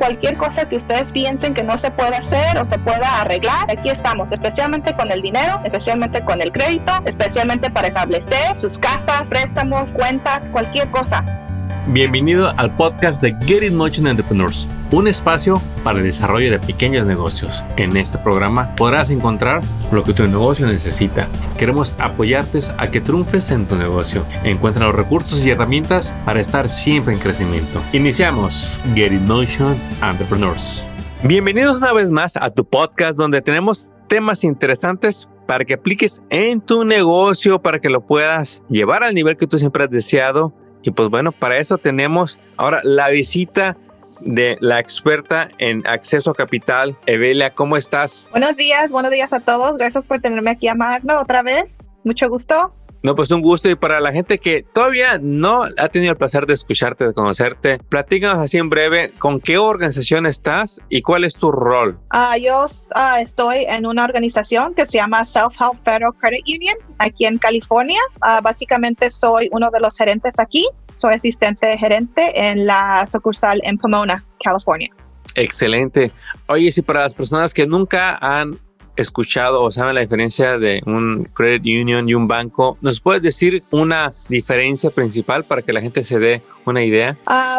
cualquier cosa que ustedes piensen que no se puede hacer o se pueda arreglar, aquí estamos, especialmente con el dinero, especialmente con el crédito, especialmente para establecer sus casas, préstamos, cuentas, cualquier cosa. Bienvenido al podcast de Get It Motion Entrepreneurs, un espacio para el desarrollo de pequeños negocios. En este programa podrás encontrar lo que tu negocio necesita. Queremos apoyarte a que triunfes en tu negocio. Encuentra los recursos y herramientas para estar siempre en crecimiento. Iniciamos Get It Motion Entrepreneurs. Bienvenidos una vez más a tu podcast donde tenemos temas interesantes para que apliques en tu negocio, para que lo puedas llevar al nivel que tú siempre has deseado. Y pues bueno, para eso tenemos ahora la visita de la experta en acceso a capital. Evelia, ¿cómo estás? Buenos días a todos. Gracias por tenerme aquí a Magno otra vez. Mucho gusto. No, pues un gusto. Y para la gente que todavía no ha tenido el placer de escucharte, de conocerte, platícanos así en breve, ¿con qué organización estás y cuál es tu rol? Yo estoy en una organización que se llama Self-Help Federal Credit Union, aquí en California. Básicamente soy uno de los gerentes aquí. Soy asistente gerente en la sucursal en Pomona, California. Excelente. Oye, si para las personas que nunca han escuchado o saben la diferencia de un credit union y un banco, ¿nos puedes decir una diferencia principal para que la gente se dé una idea?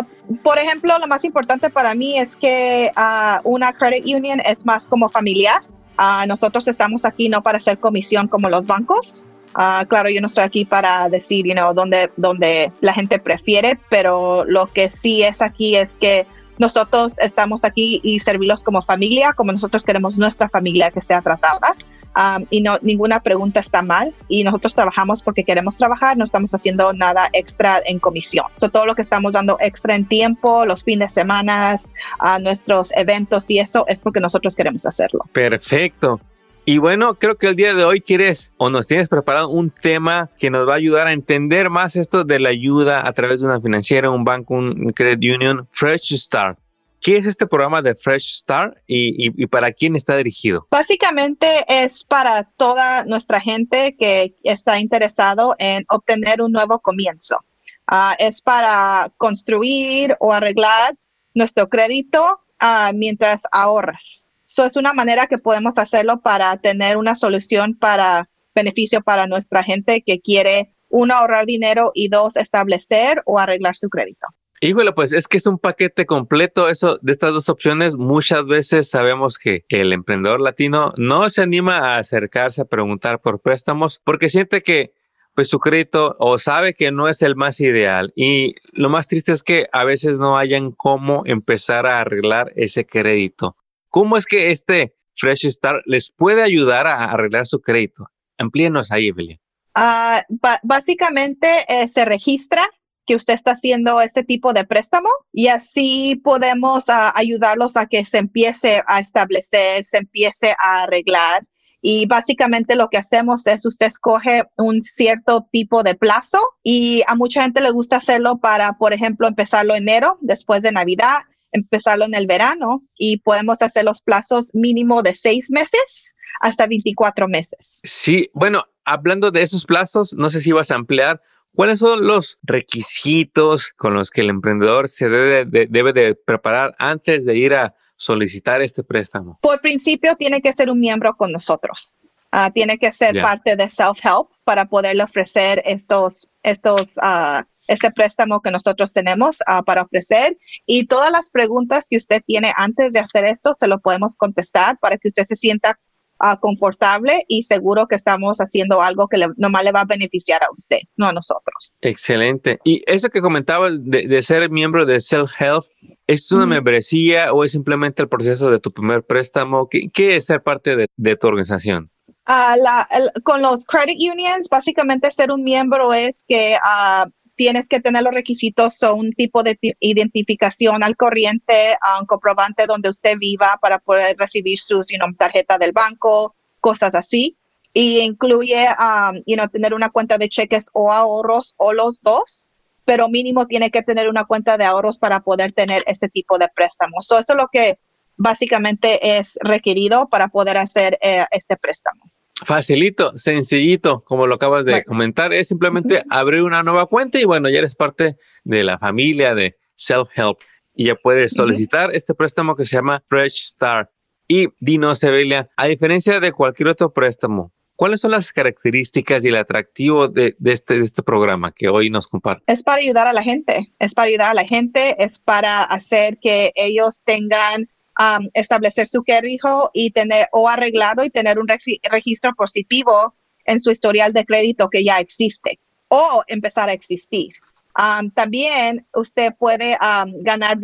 Por ejemplo, lo más importante para mí es que una credit union es más como familiar. Nosotros estamos aquí no para hacer comisión como los bancos. Claro, yo no estoy aquí para decir, donde la gente prefiere, pero lo que sí es aquí es que nosotros estamos aquí y servirlos como familia, como nosotros queremos nuestra familia que sea tratada. Y no, ninguna pregunta está mal. Y nosotros trabajamos porque queremos trabajar, no estamos haciendo nada extra en comisión. Todo lo que estamos dando extra en tiempo, los fines de semana, nuestros eventos y eso es porque nosotros queremos hacerlo. Perfecto. Y bueno, creo que el día de hoy quieres o nos tienes preparado un tema que nos va a ayudar a entender más esto de la ayuda a través de una financiera, un banco, un credit union, Fresh Start. ¿Qué es este programa de Fresh Start y para quién está dirigido? Básicamente es para toda nuestra gente que está interesado en obtener un nuevo comienzo. Es para construir o arreglar nuestro crédito mientras ahorras. Es una manera que podemos hacerlo para tener una solución para beneficio para nuestra gente que quiere, uno, ahorrar dinero y dos, establecer o arreglar su crédito. Híjole, pues es que es un paquete completo eso de estas dos opciones. Muchas veces sabemos que el emprendedor latino no se anima a acercarse a preguntar por préstamos porque siente que pues su crédito o sabe que no es el más ideal. Y lo más triste es que a veces no hayan cómo empezar a arreglar ese crédito. ¿Cómo es que este Fresh Start les puede ayudar a arreglar su crédito? Amplíenos ahí, Evelia. Básicamente se registra que usted está haciendo este tipo de préstamo y así podemos ayudarlos a que se empiece a establecer, se empiece a arreglar. Y básicamente lo que hacemos es usted escoge un cierto tipo de plazo y a mucha gente le gusta hacerlo para, por ejemplo, empezarlo en enero, después de Navidad, empezarlo en el verano y podemos hacer los plazos mínimo de 6 meses hasta 24 meses. Sí, bueno, hablando de esos plazos, no sé si vas a ampliar, ¿cuáles son los requisitos con los que el emprendedor se debe de preparar antes de ir a solicitar este préstamo? Por principio tiene que ser un miembro con nosotros. Tiene que ser parte de Self-Help para poderle ofrecer este préstamo que nosotros tenemos para ofrecer, y todas las preguntas que usted tiene antes de hacer esto se lo podemos contestar para que usted se sienta confortable y seguro que estamos haciendo algo que nomás le va a beneficiar a usted, no a nosotros. Excelente. Y eso que comentabas de ser miembro de Self-Help, ¿es una membresía o es simplemente el proceso de tu primer préstamo? ¿Qué es ser parte de tu organización? Con los credit unions, básicamente ser un miembro es que tienes que tener los requisitos, son un tipo de identificación al corriente, un comprobante donde usted viva para poder recibir su tarjeta del banco, cosas así. Y incluye, tener una cuenta de cheques o ahorros o los dos, pero mínimo tiene que tener una cuenta de ahorros para poder tener ese tipo de préstamos. Eso es lo que básicamente es requerido para poder hacer este préstamo. Facilito, sencillito, como lo acabas de comentar, es simplemente abrir una nueva cuenta y bueno, ya eres parte de la familia de Self-Help. y ya puedes solicitar este préstamo que se llama Fresh Start. Y dinos, Evelia, a diferencia de cualquier otro préstamo, ¿cuáles son las características y el atractivo de este programa que hoy nos comparte? Es para ayudar a la gente, es para hacer que ellos tengan, establecer su crédito y tener o arreglarlo y tener un registro positivo en su historial de crédito que ya existe o empezar a existir. También usted puede ganar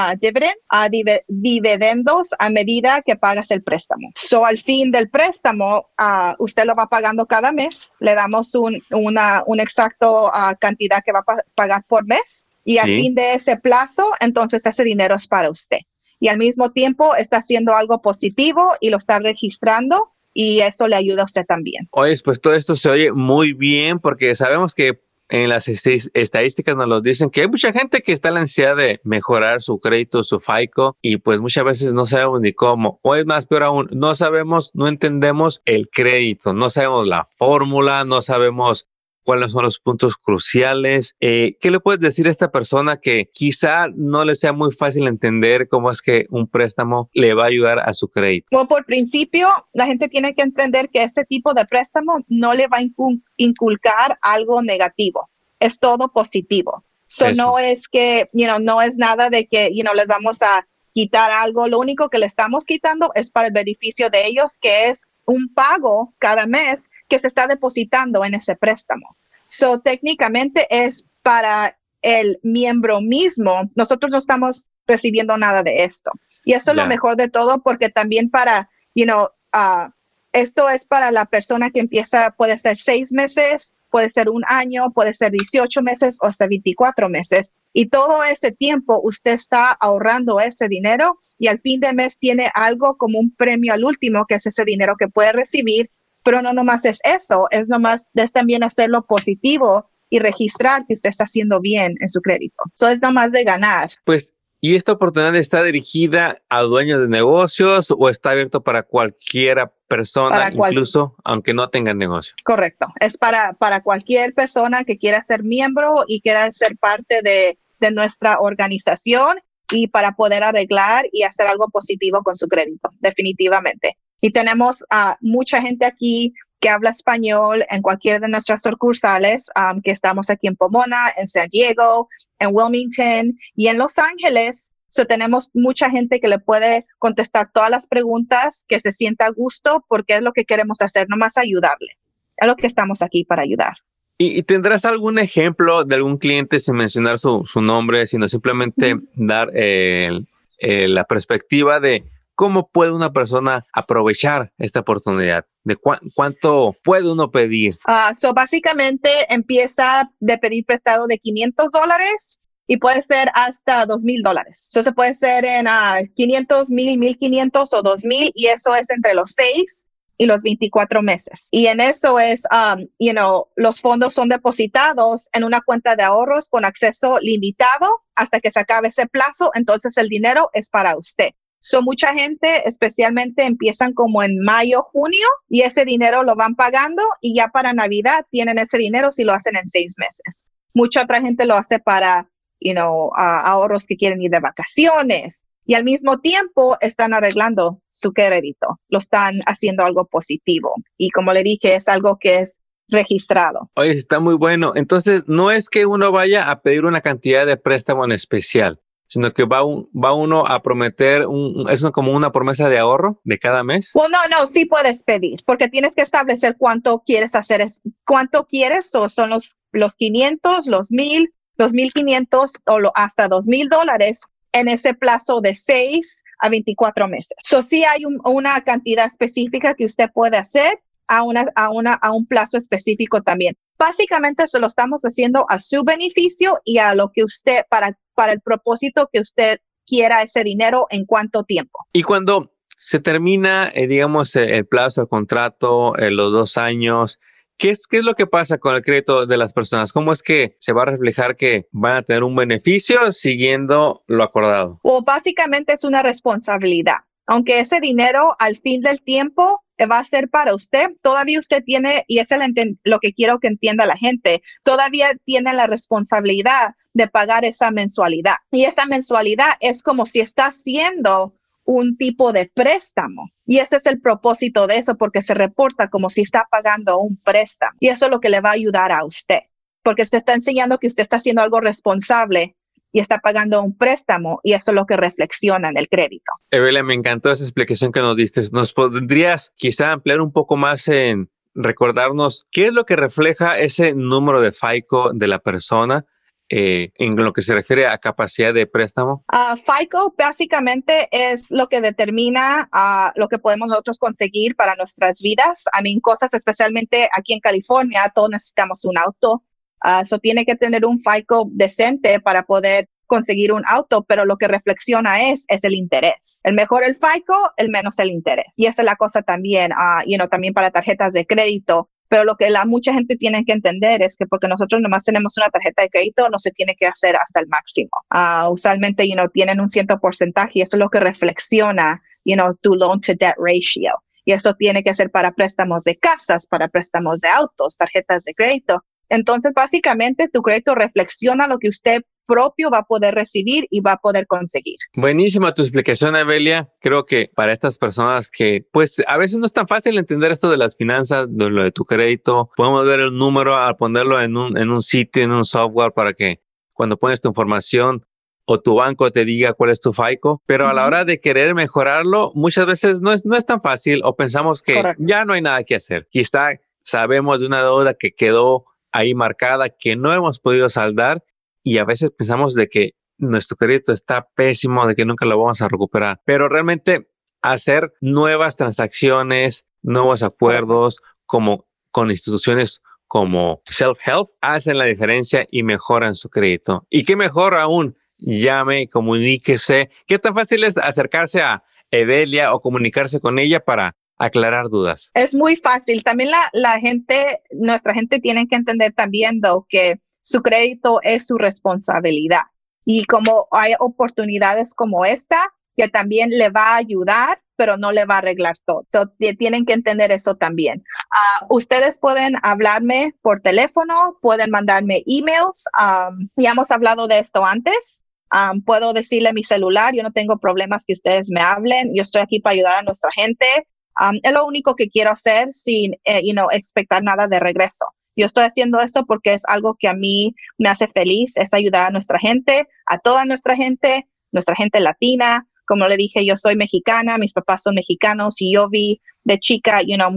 dividendos a medida que pagas el préstamo. So, al fin del préstamo, usted lo va pagando cada mes. Le damos una exacto cantidad que va a pagar por mes. Y al fin de ese plazo, entonces ese dinero es para usted. Y al mismo tiempo está haciendo algo positivo y lo está registrando. Y eso le ayuda a usted también. Oye, pues todo esto se oye muy bien porque sabemos que en las estadísticas nos lo dicen que hay mucha gente que está en la ansiedad de mejorar su crédito, su FICO, y pues muchas veces no sabemos ni cómo. O es más, peor aún, no entendemos el crédito, no sabemos la fórmula, no sabemos cuáles son los puntos cruciales. ¿Qué le puedes decir a esta persona que quizá no le sea muy fácil entender cómo es que un préstamo le va a ayudar a su crédito? Bueno, por principio, la gente tiene que entender que este tipo de préstamo no le va a inculcar algo negativo. Es todo positivo. No es que, no es nada de que, les vamos a quitar algo. Lo único que le estamos quitando es para el beneficio de ellos, que es un pago cada mes que se está depositando en ese préstamo. Técnicamente es para el miembro mismo. Nosotros no estamos recibiendo nada de esto. Y eso es lo mejor de todo, porque también para, esto es para la persona que empieza, puede ser 6 meses, puede ser 1 año, puede ser 18 meses o hasta 24 meses. Y todo ese tiempo usted está ahorrando ese dinero y al fin de mes tiene algo como un premio al último, que es ese dinero que puede recibir. Pero no nomás es eso, es también hacerlo positivo y registrar que usted está haciendo bien en su crédito. Es nomás de ganar. Pues, ¿y esta oportunidad está dirigida a dueños de negocios o está abierto para cualquier persona, incluso aunque no tenga negocio? Correcto. Es para cualquier persona que quiera ser miembro y quiera ser parte de nuestra organización y para poder arreglar y hacer algo positivo con su crédito, definitivamente. Y tenemos mucha gente aquí que habla español en cualquiera de nuestras sucursales, que estamos aquí en Pomona, en San Diego, en Wilmington y en Los Ángeles. Tenemos mucha gente que le puede contestar todas las preguntas, que se sienta a gusto, porque es lo que queremos hacer, nomás ayudarle. Es lo que estamos aquí para ayudar. ¿Y tendrás algún ejemplo de algún cliente sin mencionar su nombre, sino simplemente dar la perspectiva de cómo puede una persona aprovechar esta oportunidad? ¿De cuánto puede uno pedir? Básicamente empieza de pedir prestado de $500 y puede ser hasta $2,000. Se puede ser en 500, 1,000, 1,500 o 2,000 y eso es entre los 6 y los 24 meses. Y en eso es, los fondos son depositados en una cuenta de ahorros con acceso limitado hasta que se acabe ese plazo. Entonces el dinero es para usted. Mucha gente, especialmente empiezan como en mayo, junio, y ese dinero lo van pagando y ya para Navidad tienen ese dinero si lo hacen en 6 meses. Mucha otra gente lo hace para, ahorros que quieren ir de vacaciones. Y al mismo tiempo están arreglando su crédito, lo están haciendo algo positivo. Y como le dije, es algo que es registrado. Oye, está muy bueno. Entonces, no es que uno vaya a pedir una cantidad de préstamo en especial, sino que va uno a prometer, es como una promesa de ahorro de cada mes. Well, no, sí puedes pedir, porque tienes que establecer cuánto quieres hacer, cuánto quieres, o son los 500, los 1,000, los 1,500 o hasta $2,000 en ese plazo de 6 a 24 meses. Sí hay una cantidad específica que usted puede hacer a un plazo específico también. Básicamente se lo estamos haciendo a su beneficio y a lo que usted, para el propósito que usted quiera ese dinero en cuánto tiempo. Y cuando se termina, el plazo, el contrato, los 2 años, ¿qué es lo que pasa con el crédito de las personas? ¿Cómo es que se va a reflejar que van a tener un beneficio siguiendo lo acordado? Básicamente es una responsabilidad. Aunque ese dinero al fin del tiempo va a ser para usted, todavía usted tiene, y es lo que quiero que entienda la gente, todavía tiene la responsabilidad de pagar esa mensualidad. Y esa mensualidad es como si está haciendo un tipo de préstamo. Y ese es el propósito de eso, porque se reporta como si está pagando un préstamo. Y eso es lo que le va a ayudar a usted, porque se está enseñando que usted está haciendo algo responsable y está pagando un préstamo, y eso es lo que reflexiona en el crédito. Evelia, me encantó esa explicación que nos diste. ¿Nos podrías quizá ampliar un poco más en recordarnos qué es lo que refleja ese número de FICO de la persona en lo que se refiere a capacidad de préstamo? FICO básicamente es lo que determina lo que podemos nosotros conseguir para nuestras vidas. Cosas especialmente aquí en California, todos necesitamos un auto. Eso tiene que tener un FICO decente para poder conseguir un auto, pero lo que reflexiona es el interés. El mejor el FICO, el menos el interés. Y esa es la cosa también, también para tarjetas de crédito. Pero lo que mucha gente tiene que entender es que porque nosotros nomás tenemos una tarjeta de crédito, no se tiene que hacer hasta el máximo. Usualmente, tienen un cierto porcentaje, y eso es lo que reflexiona, tu loan to debt ratio. Y eso tiene que ser para préstamos de casas, para préstamos de autos, tarjetas de crédito. Entonces, básicamente, tu crédito reflexiona lo que usted propio va a poder recibir y va a poder conseguir. Buenísima tu explicación, Evelia. Creo que para estas personas que, pues, a veces no es tan fácil entender esto de las finanzas, de lo de tu crédito, podemos ver el número al ponerlo en un sitio, en un software, para que cuando pones tu información o tu banco te diga cuál es tu FICO, pero a la hora de querer mejorarlo, muchas veces no es tan fácil, o pensamos que Correcto. Ya no hay nada que hacer. Quizá sabemos de una deuda que quedó ahí marcada, que no hemos podido saldar, y a veces pensamos de que nuestro crédito está pésimo, de que nunca lo vamos a recuperar. Pero realmente hacer nuevas transacciones, nuevos acuerdos, como con instituciones como Self-Help, hacen la diferencia y mejoran su crédito. Y qué mejor aún, llame, comuníquese. ¿Qué tan fácil es acercarse a Evelia o comunicarse con ella para aclarar dudas? Es muy fácil. También nuestra gente tiene que entender también, que su crédito es su responsabilidad. Y como hay oportunidades como esta, que también le va a ayudar, pero no le va a arreglar todo. Entonces, tienen que entender eso también. Ustedes pueden hablarme por teléfono, pueden mandarme emails. Ya hemos hablado de esto antes. Puedo decirle mi celular, yo no tengo problemas que ustedes me hablen. Yo estoy aquí para ayudar a nuestra gente. Es lo único que quiero hacer sin, expectar nada de regreso. Yo estoy haciendo esto porque es algo que a mí me hace feliz, es ayudar a nuestra gente, a toda nuestra gente latina. Como le dije, yo soy mexicana, mis papás son mexicanos, y yo vi de chica,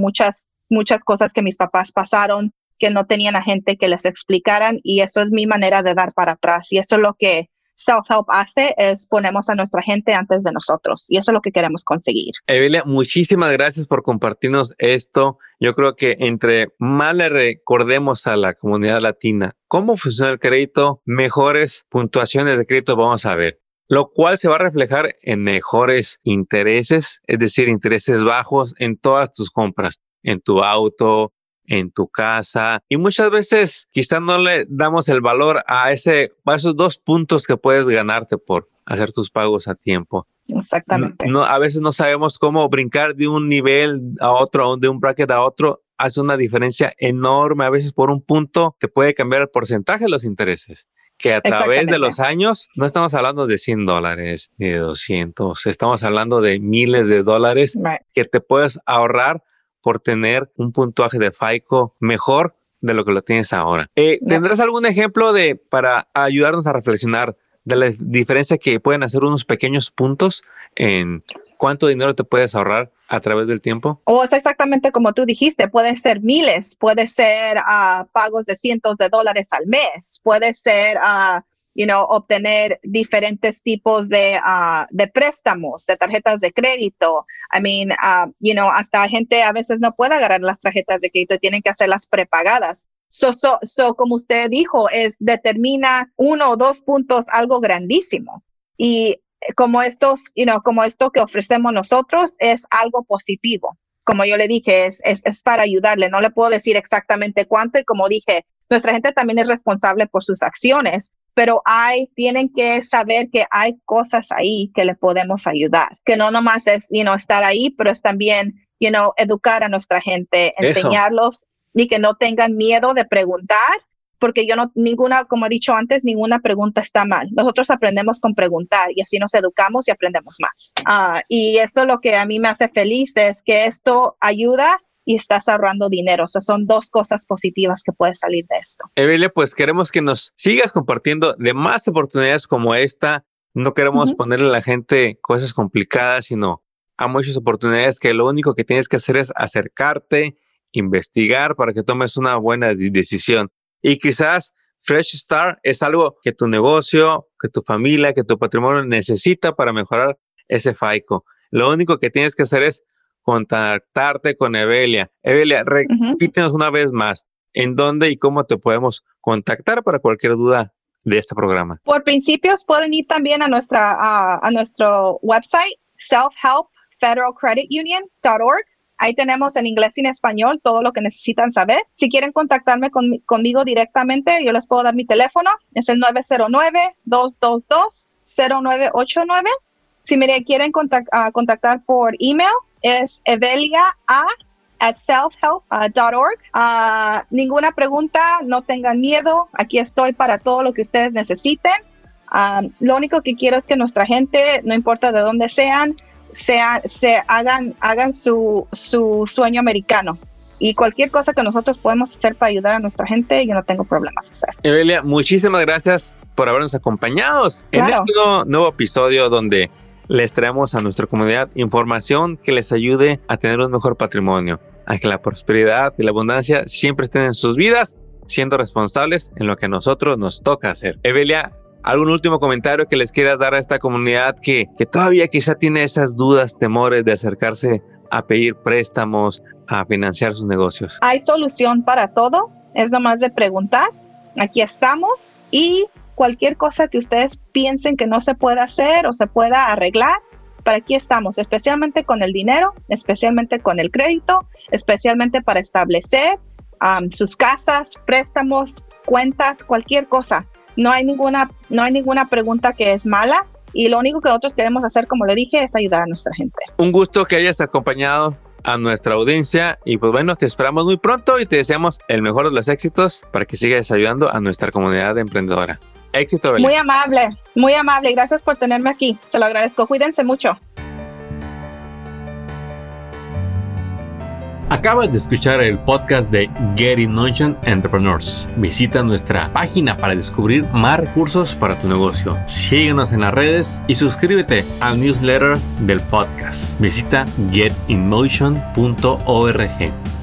muchas cosas que mis papás pasaron, que no tenían a gente que les explicaran, y eso es mi manera de dar para atrás. Y eso es lo que Self-Help hace, es ponemos a nuestra gente antes de nosotros, y eso es lo que queremos conseguir. Evelia, muchísimas gracias por compartirnos esto. Yo creo que entre más le recordemos a la comunidad latina cómo funciona el crédito, mejores puntuaciones de crédito vamos a ver, lo cual se va a reflejar en mejores intereses, es decir, intereses bajos en todas tus compras, en tu auto, en tu casa, y muchas veces quizás no le damos el valor a esos 2 puntos que puedes ganarte por hacer tus pagos a tiempo. Exactamente. A veces no sabemos cómo brincar de un nivel a otro, de un bracket a otro. Hace una diferencia enorme. A veces por un punto te puede cambiar el porcentaje de los intereses, que a través de los años no estamos hablando de $100 ni de 200, estamos hablando de miles de dólares que te puedes ahorrar por tener un puntaje de FICO mejor de lo que lo tienes ahora. ¿Tendrás algún ejemplo para ayudarnos a reflexionar de la diferencia que pueden hacer unos pequeños puntos en cuánto dinero te puedes ahorrar a través del tiempo? Es exactamente como tú dijiste, puede ser miles, puede ser pagos de cientos de dólares al mes, puede ser obtener diferentes tipos de préstamos, de tarjetas de crédito. Hasta gente a veces no puede agarrar las tarjetas de crédito y tienen que hacerlas prepagadas. Como usted dijo, determina 1 o 2 puntos, algo grandísimo. Y como esto que ofrecemos nosotros es algo positivo. Como yo le dije, es para ayudarle. No le puedo decir exactamente cuánto, y como dije, nuestra gente también es responsable por sus acciones, pero tienen que saber que hay cosas ahí que le podemos ayudar, que no nomás es, estar ahí, pero es también, educar a nuestra gente, enseñarlos y que no tengan miedo de preguntar porque como he dicho antes, ninguna pregunta está mal. Nosotros aprendemos con preguntar y así nos educamos y aprendemos más. Y eso lo que a mí me hace feliz es que esto ayuda y estás ahorrando dinero. O sea, son dos cosas positivas que puede salir de esto. Evelia, pues queremos que nos sigas compartiendo de más oportunidades como esta. No queremos ponerle a la gente cosas complicadas, sino a muchas oportunidades que lo único que tienes que hacer es acercarte, investigar para que tomes una buena decisión. Y quizás Fresh Start es algo que tu negocio, que tu familia, que tu patrimonio necesita para mejorar ese FICO. Lo único que tienes que hacer es contactarte con Evelia. Evelia, repítenos una vez más, ¿en dónde y cómo te podemos contactar para cualquier duda de este programa? Por principios, pueden ir también a nuestro website, selfhelpfederalcreditunion.org. Ahí tenemos en inglés y en español todo lo que necesitan saber. Si quieren contactarme conmigo directamente, yo les puedo dar mi teléfono. Es el 909-222-0989. Si me quieren contactar por email, es evelia@selfhelp.org. Ninguna pregunta, no tengan miedo. Aquí estoy para todo lo que ustedes necesiten. Lo único que quiero es que nuestra gente, no importa de dónde sean, hagan su sueño americano. Y cualquier cosa que nosotros podemos hacer para ayudar a nuestra gente, yo no tengo problemas a hacer. Evelia, muchísimas gracias por habernos acompañado en este nuevo episodio donde les traemos a nuestra comunidad información que les ayude a tener un mejor patrimonio, a que la prosperidad y la abundancia siempre estén en sus vidas, siendo responsables en lo que a nosotros nos toca hacer. Evelia, ¿algún último comentario que les quieras dar a esta comunidad que todavía quizá tiene esas dudas, temores de acercarse a pedir préstamos, a financiar sus negocios? Hay solución para todo, es nomás de preguntar. Aquí estamos y cualquier cosa que ustedes piensen que no se pueda hacer o se pueda arreglar, para aquí estamos, especialmente con el dinero, especialmente con el crédito, especialmente para establecer sus casas, préstamos, cuentas, cualquier cosa. No hay ninguna pregunta que es mala y lo único que nosotros queremos hacer, como le dije, es ayudar a nuestra gente. Un gusto que hayas acompañado a nuestra audiencia y pues bueno, te esperamos muy pronto y te deseamos el mejor de los éxitos para que sigas ayudando a nuestra comunidad emprendedora. Éxito, Evelia. Muy amable. Gracias por tenerme aquí. Se lo agradezco. Cuídense mucho. Acabas de escuchar el podcast de Get in Motion Entrepreneurs. Visita nuestra página para descubrir más recursos para tu negocio. Síguenos en las redes y suscríbete al newsletter del podcast. Visita getinmotion.org.